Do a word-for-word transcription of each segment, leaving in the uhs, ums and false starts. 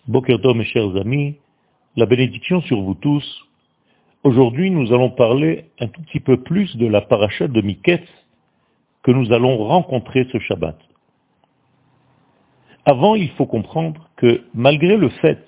Boker Tov, mes chers amis, la bénédiction sur vous tous. Aujourd'hui, nous allons parler un tout petit peu plus de la paracha de Miketz que nous allons rencontrer ce Shabbat. Avant, il faut comprendre que malgré le fait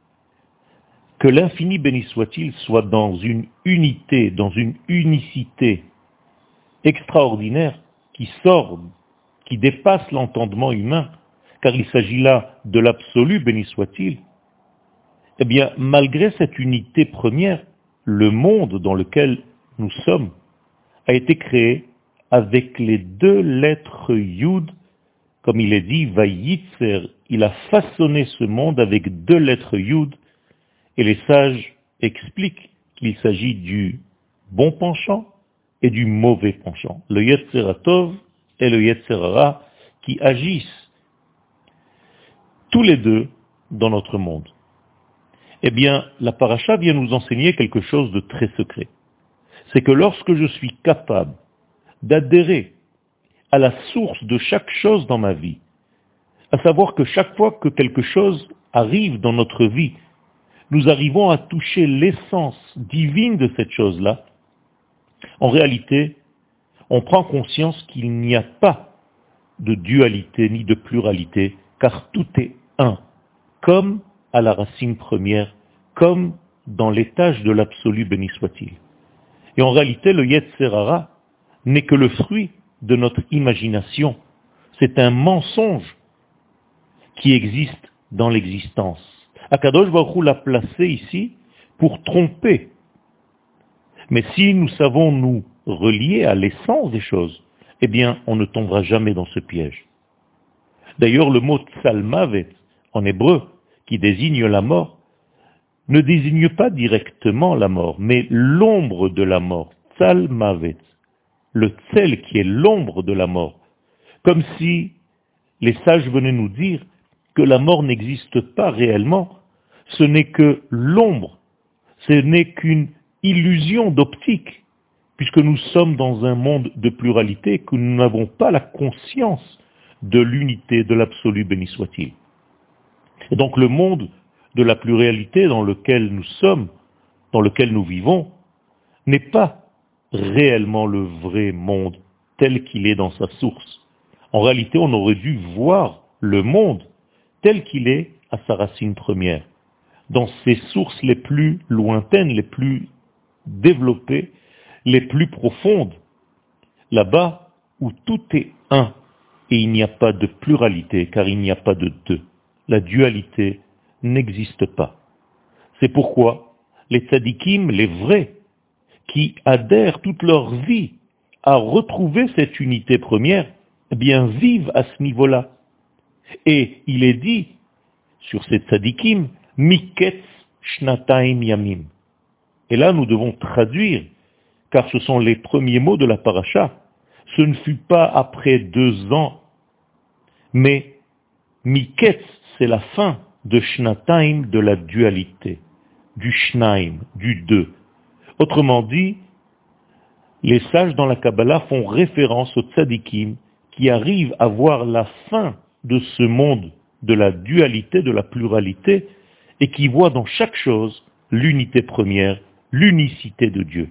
que l'infini béni soit-il soit dans une unité, dans une unicité extraordinaire qui sort, qui dépasse l'entendement humain, car il s'agit là de l'absolu béni soit-il, eh bien, malgré cette unité première, le monde dans lequel nous sommes a été créé avec les deux lettres Yud, comme il est dit, Vayitzer, il a façonné ce monde avec deux lettres Yud, et les sages expliquent qu'il s'agit du bon penchant et du mauvais penchant, le Yetzer Hatov et le Yetzer Hara, qui agissent tous les deux dans notre monde. Eh bien, la paracha vient nous enseigner quelque chose de très secret. C'est que lorsque je suis capable d'adhérer à la source de chaque chose dans ma vie, à savoir que chaque fois que quelque chose arrive dans notre vie, nous arrivons à toucher l'essence divine de cette chose-là, en réalité, on prend conscience qu'il n'y a pas de dualité ni de pluralité, car tout est un, comme à la racine première, comme dans l'étage de l'absolu béni soit-il. Et en réalité, le Yetzer Hara n'est que le fruit de notre imagination. C'est un mensonge qui existe dans l'existence. Akadosh Baruch Hu l'a placé ici pour tromper. Mais si nous savons nous relier à l'essence des choses, eh bien, on ne tombera jamais dans ce piège. D'ailleurs, le mot Tsalmavet, en hébreu, qui désigne la mort, ne désigne pas directement la mort, mais l'ombre de la mort, Tsalmavet, le tsel qui est l'ombre de la mort, comme si les sages venaient nous dire que la mort n'existe pas réellement, ce n'est que l'ombre, ce n'est qu'une illusion d'optique, puisque nous sommes dans un monde de pluralité, que nous n'avons pas la conscience de l'unité, de l'absolu béni soit-il. Et donc le monde de la pluralité dans lequel nous sommes, dans lequel nous vivons, n'est pas réellement le vrai monde tel qu'il est dans sa source. En réalité, on aurait dû voir le monde tel qu'il est à sa racine première, dans ses sources les plus lointaines, les plus développées, les plus profondes, là-bas où tout est un, et il n'y a pas de pluralité, car il n'y a pas de deux. La dualité n'existe pas. C'est pourquoi les tzadikim, les vrais, qui adhèrent toute leur vie à retrouver cette unité première, eh bien vivent à ce niveau-là. Et il est dit sur ces tzadikim, Miketz shnataim yamim. Et là, nous devons traduire, car ce sont les premiers mots de la paracha. Ce ne fut pas après deux ans, mais Miketz, c'est la fin de Shnataim, de la dualité, du Shnaim, du deux. Autrement dit, les sages dans la Kabbalah font référence aux tzadikim qui arrivent à voir la fin de ce monde de la dualité, de la pluralité, et qui voient dans chaque chose l'unité première, l'unicité de Dieu.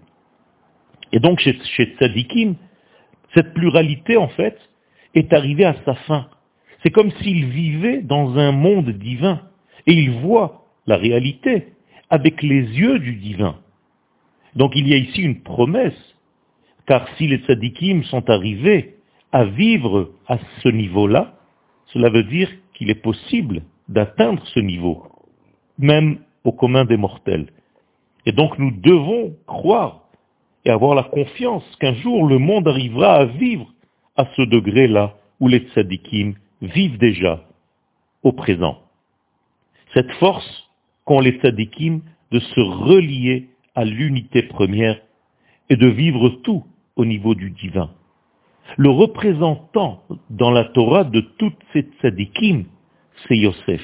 Et donc chez, chez tzadikim, cette pluralité en fait est arrivée à sa fin. C'est comme s'ils vivaient dans un monde divin et ils voient la réalité avec les yeux du divin. Donc il y a ici une promesse, car si les tzadikim sont arrivés à vivre à ce niveau-là, cela veut dire qu'il est possible d'atteindre ce niveau, même au commun des mortels. Et donc nous devons croire et avoir la confiance qu'un jour le monde arrivera à vivre à ce degré-là où les tzadikim vivent déjà au présent. Cette force qu'ont les tzadikim de se relier à l'unité première et de vivre tout au niveau du divin. Le représentant dans la Torah de toutes ces tzadikim, c'est Yosef.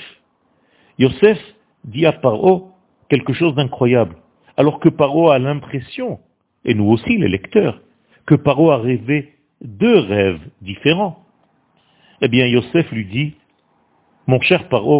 Yosef dit à Paro quelque chose d'incroyable, alors que Paro a l'impression, et nous aussi les lecteurs, que Paro a rêvé deux rêves différents. Eh bien, Yosef lui dit, mon cher Paro,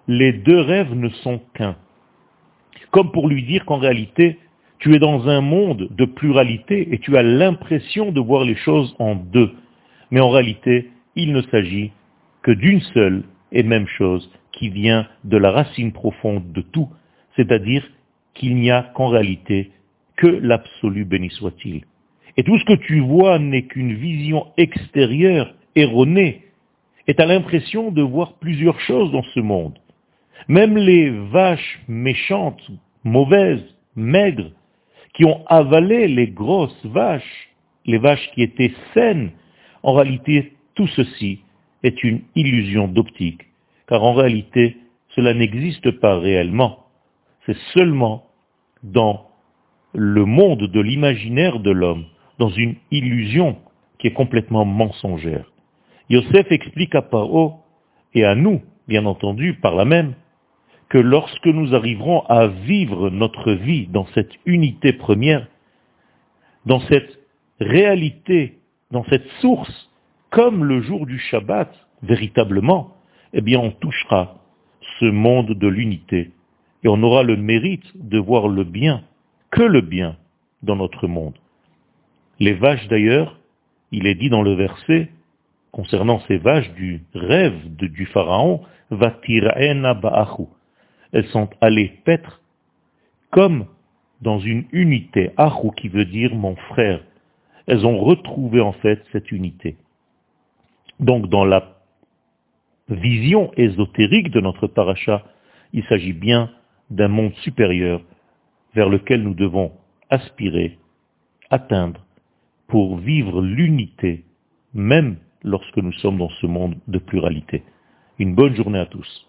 les deux rêves ne sont qu'un. Comme pour lui dire qu'en réalité, tu es dans un monde de pluralité et tu as l'impression de voir les choses en deux. Mais en réalité, il ne s'agit que d'une seule et même chose qui vient de la racine profonde de tout, c'est-à-dire qu'il n'y a qu'en réalité que l'absolu béni soit-il. Et tout ce que tu vois n'est qu'une vision extérieure, erronée, et tu as l'impression de voir plusieurs choses dans ce monde. Même les vaches méchantes, mauvaises, maigres, qui ont avalé les grosses vaches, les vaches qui étaient saines, en réalité, tout ceci est une illusion d'optique, car en réalité, cela n'existe pas réellement. C'est seulement dans le monde de l'imaginaire de l'homme, dans une illusion qui est complètement mensongère. Yosef explique à Paro, et à nous, bien entendu, par là même, que lorsque nous arriverons à vivre notre vie dans cette unité première, dans cette réalité, dans cette source, comme le jour du Shabbat, véritablement, eh bien on touchera ce monde de l'unité et on aura le mérite de voir le bien, que le bien, dans notre monde. Les vaches d'ailleurs, il est dit dans le verset, concernant ces vaches du rêve de, du Pharaon, Vatira'ena ba'achu. Elles sont allées paître comme dans une unité, achu qui veut dire mon frère. Elles ont retrouvé en fait cette unité. Donc dans la vision ésotérique de notre paracha, il s'agit bien d'un monde supérieur vers lequel nous devons aspirer, atteindre, pour vivre l'unité, même lorsque nous sommes dans ce monde de pluralité. Une bonne journée à tous.